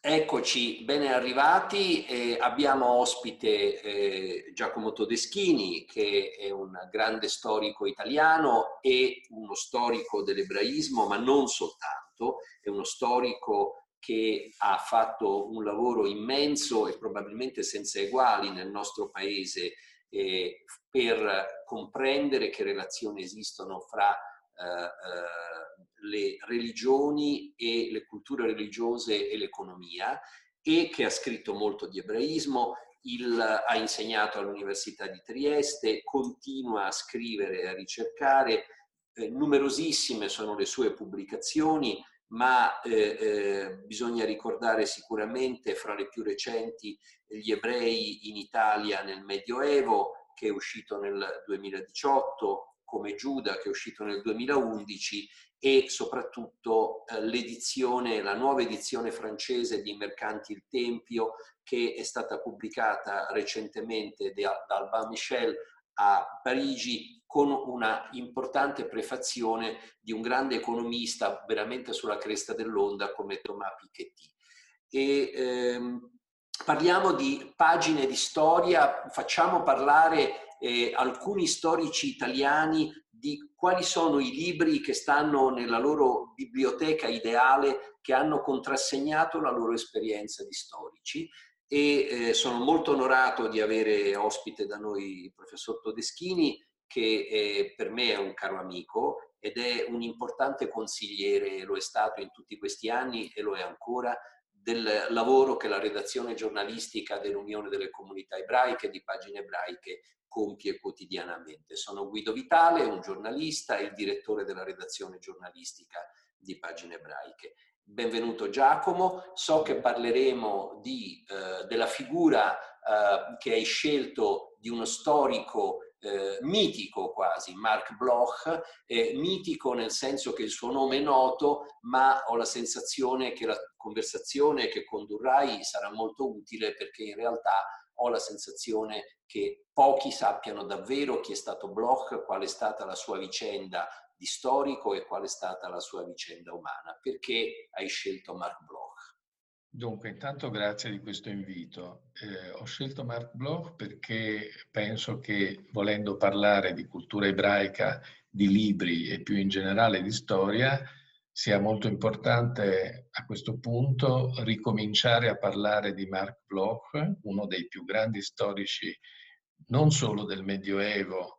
Eccoci, bene arrivati. Abbiamo ospite Giacomo Todeschini, che è un grande storico italiano e uno storico dell'ebraismo, ma non soltanto. È uno storico che ha fatto un lavoro immenso e probabilmente senza eguali nel nostro paese per comprendere che relazioni esistono fra le religioni e le culture religiose e l'economia, e che ha scritto molto di ebraismo, ha insegnato all'Università di Trieste, continua a scrivere e a ricercare, numerosissime sono le sue pubblicazioni, ma bisogna ricordare sicuramente fra le più recenti Gli ebrei in Italia nel Medioevo, che è uscito nel 2018, come Giuda, che è uscito nel 2011, e soprattutto la nuova edizione francese di Mercanti il Tempio, che è stata pubblicata recentemente da Albin Michel a Parigi, con una importante prefazione di un grande economista veramente sulla cresta dell'onda come Thomas Piketty. Parliamo di pagine di storia, facciamo parlare alcuni storici italiani di quali sono i libri che stanno nella loro biblioteca ideale, che hanno contrassegnato la loro esperienza di storici. Sono molto onorato di avere ospite da noi il professor Todeschini, che per me è un caro amico ed è un importante consigliere, lo è stato in tutti questi anni e lo è ancora, del lavoro che la redazione giornalistica dell'Unione delle Comunità Ebraiche di Pagine Ebraiche compie quotidianamente. Sono Guido Vitale, un giornalista e il direttore della redazione giornalistica di Pagine Ebraiche. Benvenuto Giacomo, so che parleremo della figura che hai scelto di uno storico mitico quasi, Marc Bloch, mitico nel senso che il suo nome è noto, ma ho la sensazione che la conversazione che condurrai sarà molto utile, perché in realtà ho la sensazione che pochi sappiano davvero chi è stato Bloch, qual è stata la sua vicenda di storico e qual è stata la sua vicenda umana. Perché hai scelto Marc Bloch? Dunque, intanto grazie di questo invito. Ho scelto Marc Bloch perché penso che, volendo parlare di cultura ebraica, di libri e più in generale di storia, sia molto importante a questo punto ricominciare a parlare di Marc Bloch, uno dei più grandi storici non solo del Medioevo,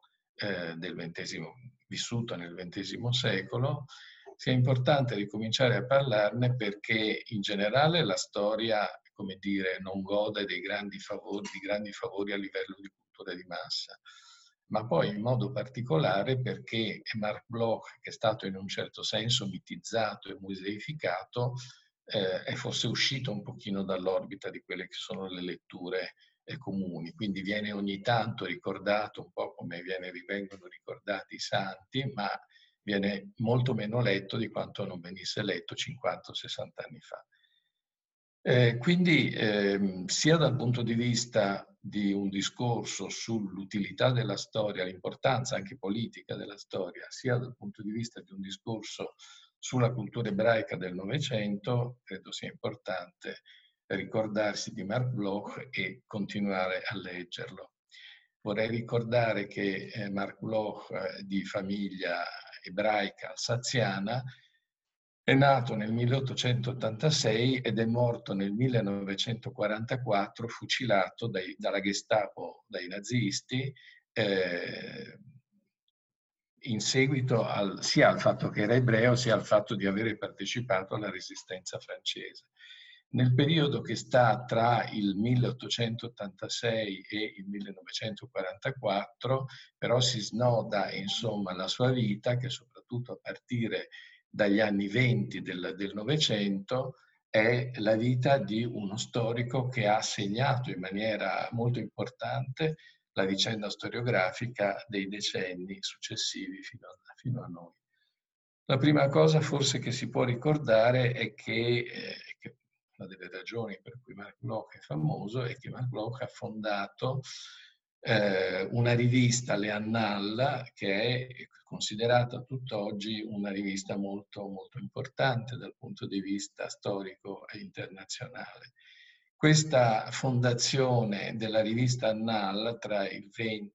vissuto nel XX secolo. Sia importante ricominciare a parlarne perché in generale la storia, come dire, non gode di grandi favori a livello di cultura di massa, ma poi in modo particolare perché Marc Bloch, che è stato in un certo senso mitizzato e museificato, è forse uscito un pochino dall'orbita di quelle che sono le letture comuni, quindi viene ogni tanto ricordato un po' come vengono ricordati i santi, ma viene molto meno letto di quanto non venisse letto 50 o 60 anni fa. Quindi sia dal punto di vista di un discorso sull'utilità della storia, l'importanza anche politica della storia, sia dal punto di vista di un discorso sulla cultura ebraica del Novecento, credo sia importante ricordarsi di Marc Bloch e continuare a leggerlo. Vorrei ricordare che Marc Bloch, di famiglia ebraica alsaziana, è nato nel 1886 ed è morto nel 1944 fucilato dalla Gestapo, dai nazisti, in seguito sia al fatto che era ebreo, sia al fatto di avere partecipato alla resistenza francese. Nel periodo che sta tra il 1886 e il 1944, però si snoda insomma la sua vita, che soprattutto a partire dagli anni 20 del Novecento è la vita di uno storico che ha segnato in maniera molto importante la vicenda storiografica dei decenni successivi fino a noi. La prima cosa forse che si può ricordare è che una delle ragioni per cui Marc Bloch è famoso è che Marc Bloch ha fondato una rivista, Le Annales, che è considerata tutt'oggi una rivista molto, molto importante dal punto di vista storico e internazionale. Questa fondazione della rivista Annales tra il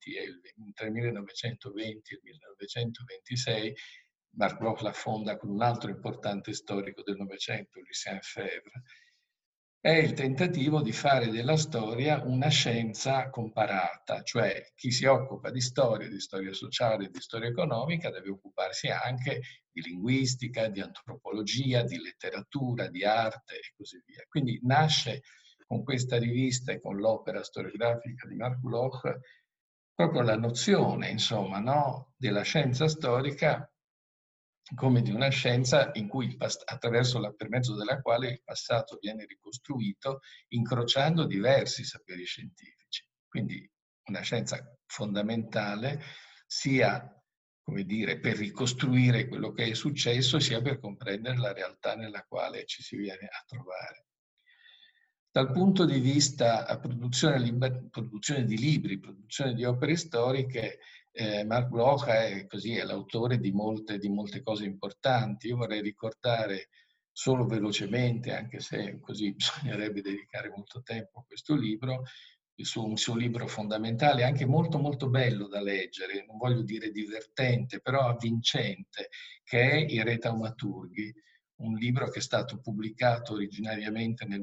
1920 e il 1926, Marc Bloch la fonda con un altro importante storico del Novecento, Lucien Febvre, è il tentativo di fare della storia una scienza comparata, cioè chi si occupa di storia sociale, di storia economica, deve occuparsi anche di linguistica, di antropologia, di letteratura, di arte e così via. Quindi nasce con questa rivista e con l'opera storiografica di Marc Bloch proprio la nozione, insomma, no, della scienza storica come di una scienza in cui per mezzo della quale il passato viene ricostruito incrociando diversi saperi scientifici. Quindi una scienza fondamentale sia, come dire, per ricostruire quello che è successo, sia per comprendere la realtà nella quale ci si viene a trovare. Dal punto di vista produzione di libri, produzione di opere storiche, Marc Bloch è l'autore di molte cose importanti. Io vorrei ricordare solo velocemente, anche se così bisognerebbe dedicare molto tempo a questo libro, un suo libro fondamentale, anche molto molto bello da leggere, non voglio dire divertente, però avvincente, che è I Re Taumaturghi, un libro che è stato pubblicato originariamente nel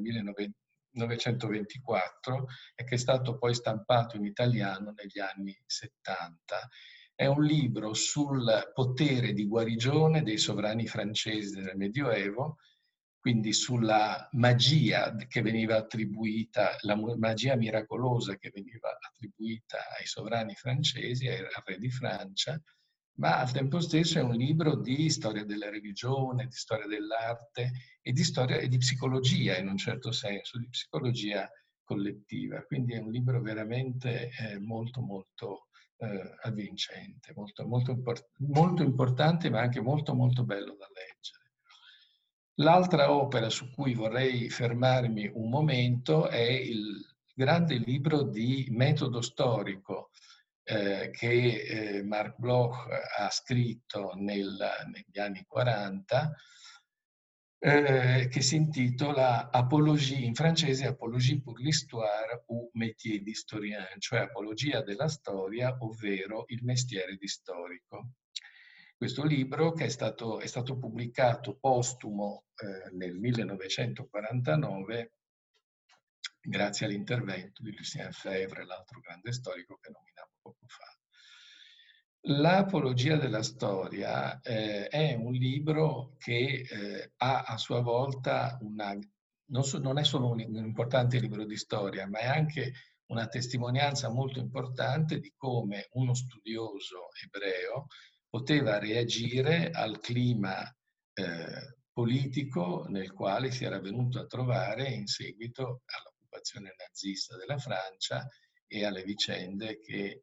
1924 e che è stato poi stampato in italiano negli anni 70. È un libro sul potere di guarigione dei sovrani francesi nel Medioevo, quindi sulla magia che veniva attribuita, la magia miracolosa che veniva attribuita ai sovrani francesi, al re di Francia, ma al tempo stesso è un libro di storia della religione, di storia dell'arte e di storia e di psicologia, in un certo senso, di psicologia collettiva. Quindi è un libro veramente molto, molto avvincente, molto importante, ma anche molto, molto bello da leggere. L'altra opera su cui vorrei fermarmi un momento è il grande libro di metodo storico che Marc Bloch ha scritto negli anni 40, che si intitola Apologie, in francese Apologie pour l'histoire ou métier d'historien, cioè Apologia della storia, ovvero il mestiere di storico. Questo libro, che è stato pubblicato postumo nel 1949, grazie all'intervento di Lucien Febvre, l'altro grande storico che nominavo poco fa. L'Apologia della storia è un libro che ha a sua volta non è solo un importante libro di storia, ma è anche una testimonianza molto importante di come uno studioso ebreo poteva reagire al clima politico nel quale si era venuto a travare in seguito all'occupazione nazista della Francia e alle vicende che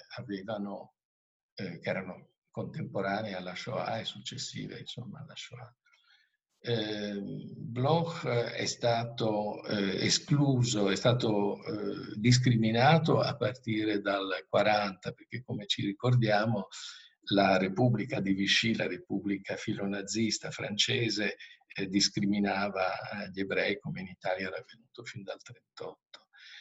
che erano contemporanee alla Shoah e successive, insomma, alla Shoah. Bloch è stato escluso, è stato discriminato a partire dal 40, perché come ci ricordiamo la Repubblica di Vichy, la Repubblica filonazista francese, discriminava gli ebrei come in Italia era avvenuto fin dal 38.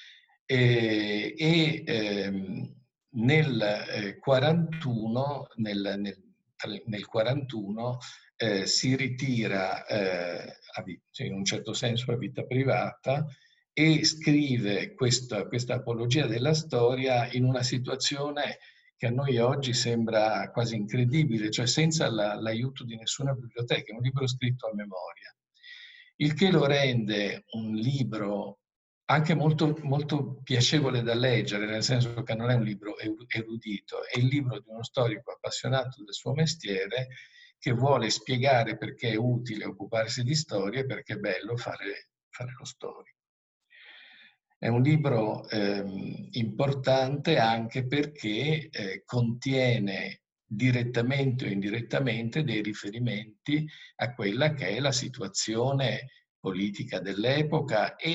Nel 41, nel 41 si ritira in un certo senso a vita privata e scrive questa apologia della storia in una situazione che a noi oggi sembra quasi incredibile, cioè senza l'aiuto di nessuna biblioteca, è un libro scritto a memoria, il che lo rende un libro anche molto, molto piacevole da leggere, nel senso che non è un libro erudito, è il libro di uno storico appassionato del suo mestiere che vuole spiegare perché è utile occuparsi di storia e perché è bello fare lo storico. È un libro importante anche perché contiene direttamente o indirettamente dei riferimenti a quella che è la situazione politica dell'epoca e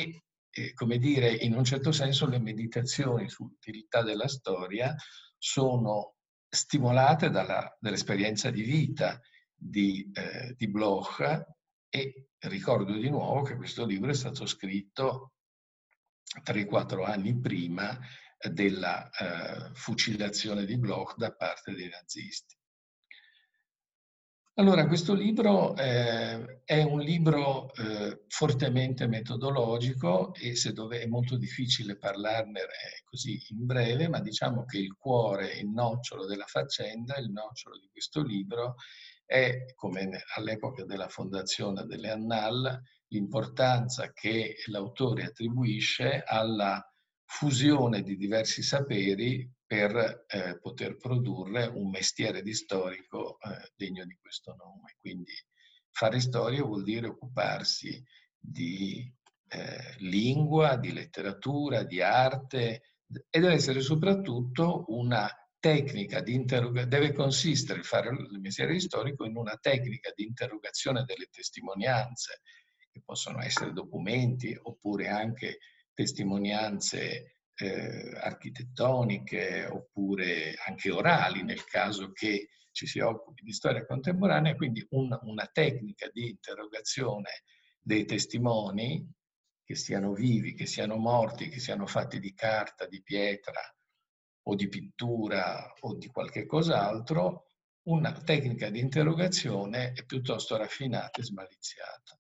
come dire, in un certo senso le meditazioni sull'utilità della storia sono stimolate dall'esperienza di vita di Bloch, e ricordo di nuovo che questo libro è stato scritto 3-4 anni prima della fucilazione di Bloch da parte dei nazisti. Allora, questo libro è un libro fortemente metodologico, e è molto difficile parlarne così in breve, ma diciamo che il cuore, il nocciolo della faccenda, il nocciolo di questo libro è, come all'epoca della fondazione delle Annales, l'importanza che l'autore attribuisce alla fusione di diversi saperi per poter produrre un mestiere di storico degno di questo nome. Quindi fare storia vuol dire occuparsi di lingua, di letteratura, di arte, e deve essere soprattutto una tecnica di interrogazione, deve consistere fare il mestiere di storico in una tecnica di interrogazione delle testimonianze, che possono essere documenti oppure anche testimonianze architettoniche oppure anche orali, nel caso che ci si occupi di storia contemporanea, quindi una tecnica di interrogazione dei testimoni, che siano vivi, che siano morti, che siano fatti di carta, di pietra o di pittura o di qualche cos'altro, una tecnica di interrogazione piuttosto raffinata e smaliziata.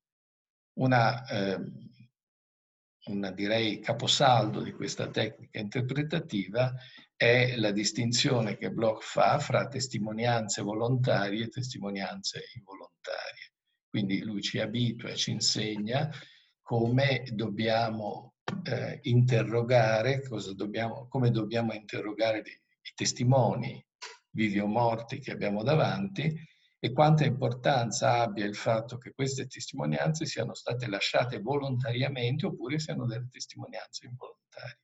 Direi caposaldo di questa tecnica interpretativa è la distinzione che Bloch fa fra testimonianze volontarie e testimonianze involontarie. Quindi lui ci abitua e ci insegna come dobbiamo interrogare, come dobbiamo interrogare i testimoni, vivi o morti, che abbiamo davanti, e quanta importanza abbia il fatto che queste testimonianze siano state lasciate volontariamente oppure siano delle testimonianze involontarie.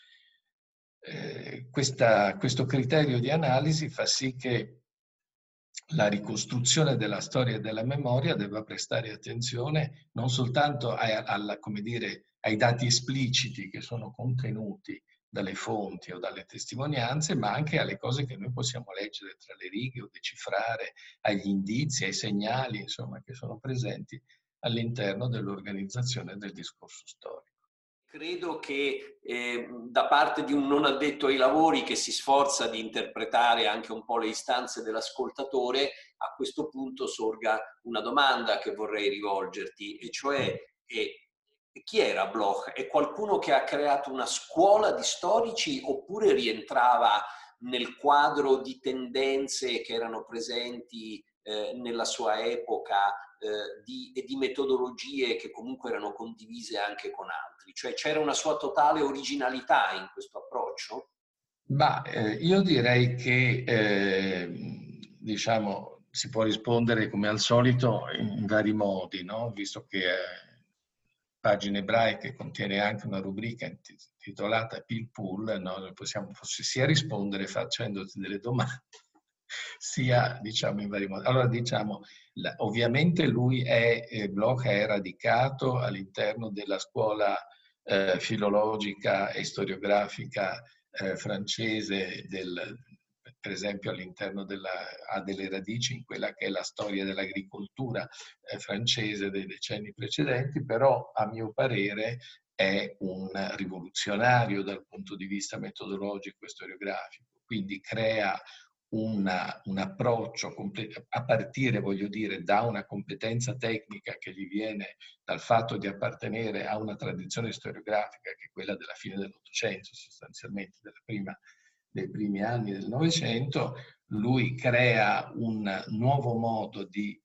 Questo criterio di analisi fa sì che la ricostruzione della storia e della memoria debba prestare attenzione non soltanto ai dati espliciti che sono contenuti dalle fonti o dalle testimonianze, ma anche alle cose che noi possiamo leggere tra le righe o decifrare, agli indizi, ai segnali, insomma, che sono presenti all'interno dell'organizzazione del discorso storico. Credo che da parte di un non addetto ai lavori che si sforza di interpretare anche un po' le istanze dell'ascoltatore, a questo punto sorga una domanda che vorrei rivolgerti, e cioè chi era Bloch? È qualcuno che ha creato una scuola di storici oppure rientrava nel quadro di tendenze che erano presenti nella sua epoca e di metodologie che comunque erano condivise anche con altri? Cioè c'era una sua totale originalità in questo approccio? Ma io direi che diciamo, si può rispondere come al solito in vari modi, no? Visto che Pagine Ebraiche contiene anche una rubrica intitolata Pil Pool, no? Possiamo sia rispondere facendoti delle domande, sia diciamo in vari modi. Allora diciamo, ovviamente Bloch è radicato all'interno della scuola filologica e storiografica francese, per esempio all'interno ha delle radici in quella che è la storia dell'agricoltura francese dei decenni precedenti, però a mio parere è un rivoluzionario dal punto di vista metodologico e storiografico, quindi crea un approccio a partire, voglio dire, da una competenza tecnica che gli viene dal fatto di appartenere a una tradizione storiografica che è quella della fine dell'Ottocento, sostanzialmente dei primi anni del Novecento. Lui crea un nuovo modo di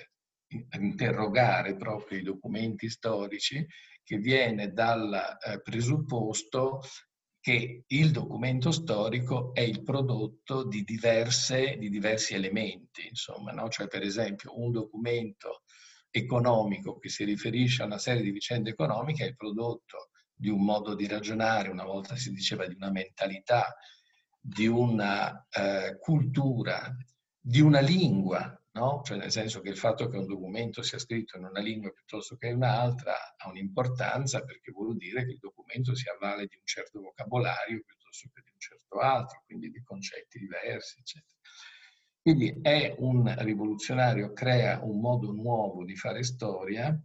interrogare proprio i documenti storici, che viene dal presupposto che il documento storico è il prodotto di diversi elementi, insomma, no? Cioè, per esempio, un documento economico che si riferisce a una serie di vicende economiche è il prodotto di un modo di ragionare, una volta si diceva di una mentalità, di una cultura, di una lingua, no? Cioè nel senso che il fatto che un documento sia scritto in una lingua piuttosto che in un'altra ha un'importanza, perché vuol dire che il documento si avvale di un certo vocabolario piuttosto che di un certo altro, quindi di concetti diversi, eccetera. Quindi è un rivoluzionario, crea un modo nuovo di fare storia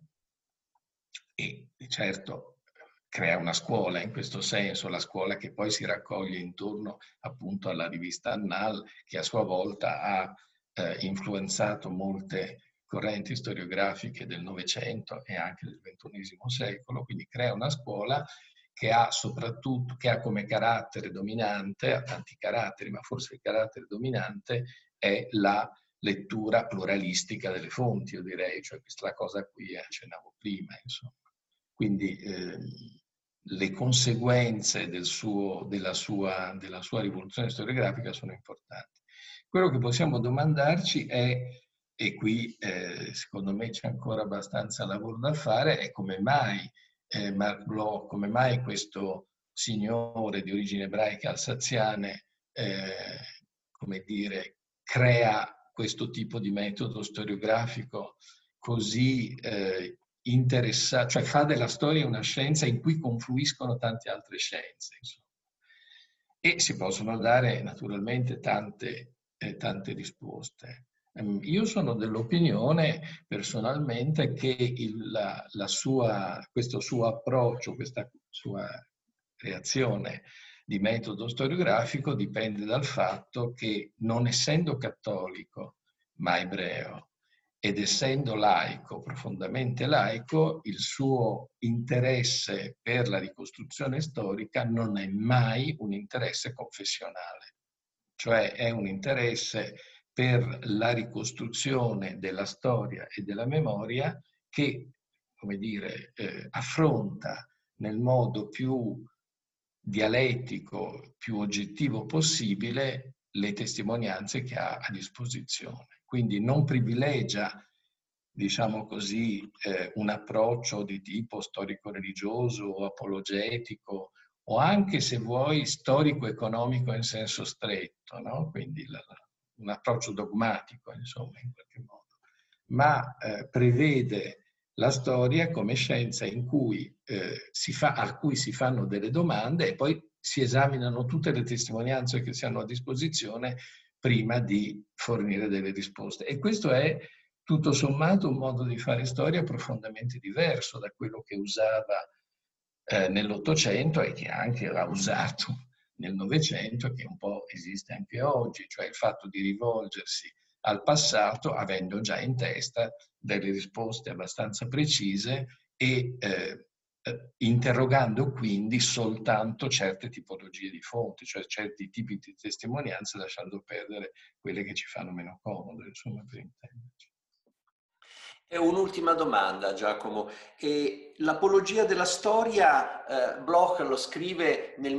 e certo crea una scuola in questo senso, la scuola che poi si raccoglie intorno appunto alla rivista Annal, che a sua volta ha influenzato molte correnti storiografiche del Novecento e anche del XXI secolo, quindi crea una scuola che ha soprattutto, che ha come carattere dominante, ha tanti caratteri, ma forse il carattere dominante è la lettura pluralistica delle fonti, io direi, cioè questa è la cosa a cui accennavo prima, insomma. Quindi le conseguenze della sua rivoluzione storiografica sono importanti. Quello che possiamo domandarci è, e qui secondo me c'è ancora abbastanza lavoro da fare, è come mai Marc Bloch, come mai questo signore di origini ebraiche alsaziane, come dire, crea questo tipo di metodo storiografico così interessato, cioè fa della storia una scienza in cui confluiscono tante altre scienze, insomma. E si possono dare naturalmente tante risposte. Io sono dell'opinione personalmente che questo suo approccio, questa sua creazione di metodo storiografico dipende dal fatto che, non essendo cattolico ma ebreo ed essendo laico, profondamente laico, il suo interesse per la ricostruzione storica non è mai un interesse confessionale, cioè è un interesse per la ricostruzione della storia e della memoria che, come dire, affronta nel modo più dialettico, più oggettivo possibile le testimonianze che ha a disposizione. Quindi non privilegia, diciamo così, un approccio di tipo storico-religioso o apologetico o anche, se vuoi, storico-economico in senso stretto, no? Quindi un approccio dogmatico, insomma, in qualche modo, ma prevede la storia come scienza in cui, a cui si fanno delle domande e poi si esaminano tutte le testimonianze che si hanno a disposizione prima di fornire delle risposte. E questo è tutto sommato un modo di fare storia profondamente diverso da quello che usava nell'Ottocento e che anche ha usato nel Novecento e che un po' esiste anche oggi, cioè il fatto di rivolgersi al passato avendo già in testa delle risposte abbastanza precise e interrogando quindi soltanto certe tipologie di fonti, cioè certi tipi di testimonianze, lasciando perdere quelle che ci fanno meno comodo, insomma, per intenderci. E un'ultima domanda, Giacomo. L'Apologia della storia, Bloch lo scrive nel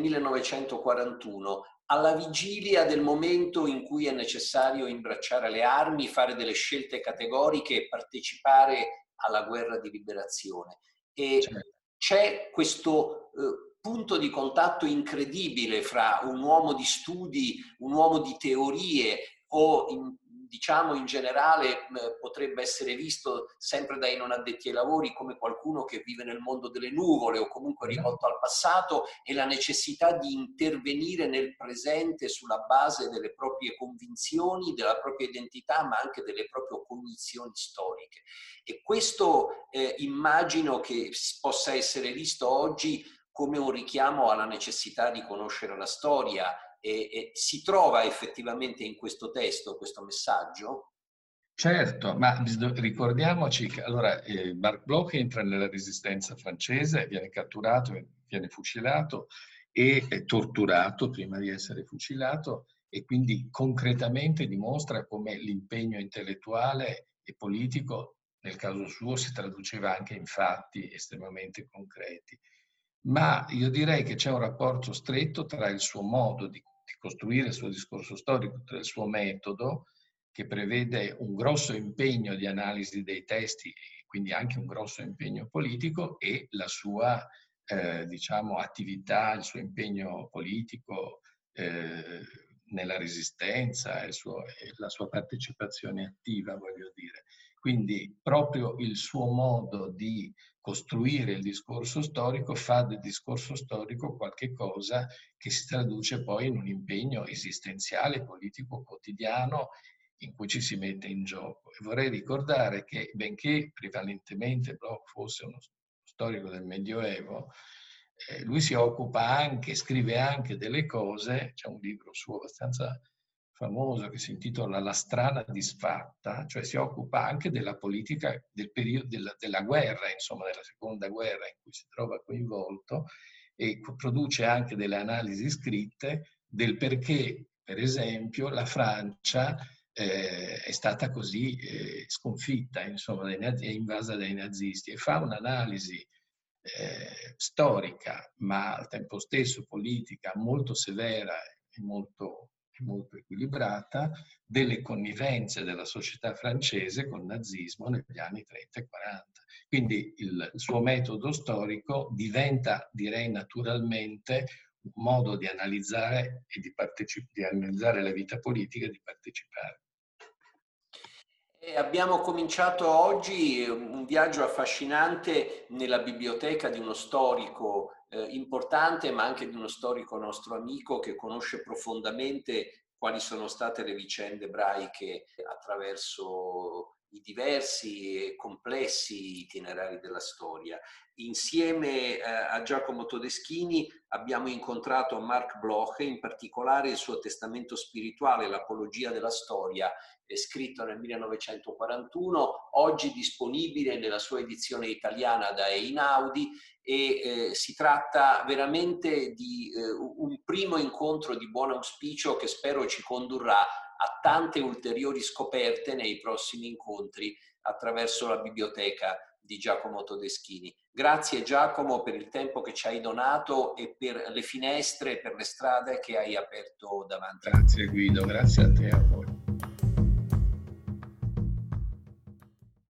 1941, alla vigilia del momento in cui è necessario imbracciare le armi, fare delle scelte categoriche e partecipare alla guerra di liberazione. E Certo. c'è questo punto di contatto incredibile fra un uomo di studi, un uomo di teorie o diciamo in generale potrebbe essere visto sempre dai non addetti ai lavori come qualcuno che vive nel mondo delle nuvole o comunque rivolto al passato, e la necessità di intervenire nel presente sulla base delle proprie convinzioni, della propria identità, ma anche delle proprie cognizioni storiche. E questo immagino che possa essere visto oggi come un richiamo alla necessità di conoscere la storia. E si trova effettivamente in questo testo questo messaggio? Certo, ma ricordiamoci che allora Marc Bloch entra nella resistenza francese, viene catturato, viene fucilato e torturato prima di essere fucilato, e quindi concretamente dimostra come l'impegno intellettuale e politico nel caso suo si traduceva anche in fatti estremamente concreti. Ma io direi che c'è un rapporto stretto tra il suo modo di costruire il suo discorso storico, tra il suo metodo, che prevede un grosso impegno di analisi dei testi e quindi anche un grosso impegno politico, e la sua diciamo, attività, il suo impegno politico nella Resistenza e la sua partecipazione attiva, voglio dire. Quindi proprio il suo modo di costruire il discorso storico fa del discorso storico qualche cosa che si traduce poi in un impegno esistenziale, politico, quotidiano, in cui ci si mette in gioco. E vorrei ricordare che, benché prevalentemente Bloch fosse uno storico del Medioevo, lui si occupa anche, scrive anche delle cose, c'è un libro suo abbastanza famoso che si intitola La strana disfatta, cioè si occupa anche della politica del periodo della guerra, insomma della seconda guerra in cui si trova coinvolto, e produce anche delle analisi scritte del perché, per esempio, la Francia è stata così sconfitta, insomma, e invasa dai nazisti, e fa un'analisi storica, ma al tempo stesso politica, molto severa e molto equilibrata, delle connivenze della società francese col nazismo negli anni 30 e 40. Quindi il suo metodo storico diventa, direi naturalmente, un modo di analizzare e di analizzare la vita politica e di partecipare. Abbiamo cominciato oggi un viaggio affascinante nella biblioteca di uno storico importante, ma anche di uno storico nostro amico che conosce profondamente quali sono state le vicende ebraiche attraverso i diversi e complessi itinerari della storia. Insieme a Giacomo Todeschini abbiamo incontrato Marc Bloch, in particolare il suo testamento spirituale, l'Apologia della storia, scritto nel 1941, oggi disponibile nella sua edizione italiana da Einaudi, e si tratta veramente di un primo incontro di buon auspicio che spero ci condurrà a tante ulteriori scoperte nei prossimi incontri attraverso la biblioteca di Giacomo Todeschini. Grazie Giacomo per il tempo che ci hai donato e per le finestre, per le strade che hai aperto davanti. Grazie Guido, grazie a te e a voi.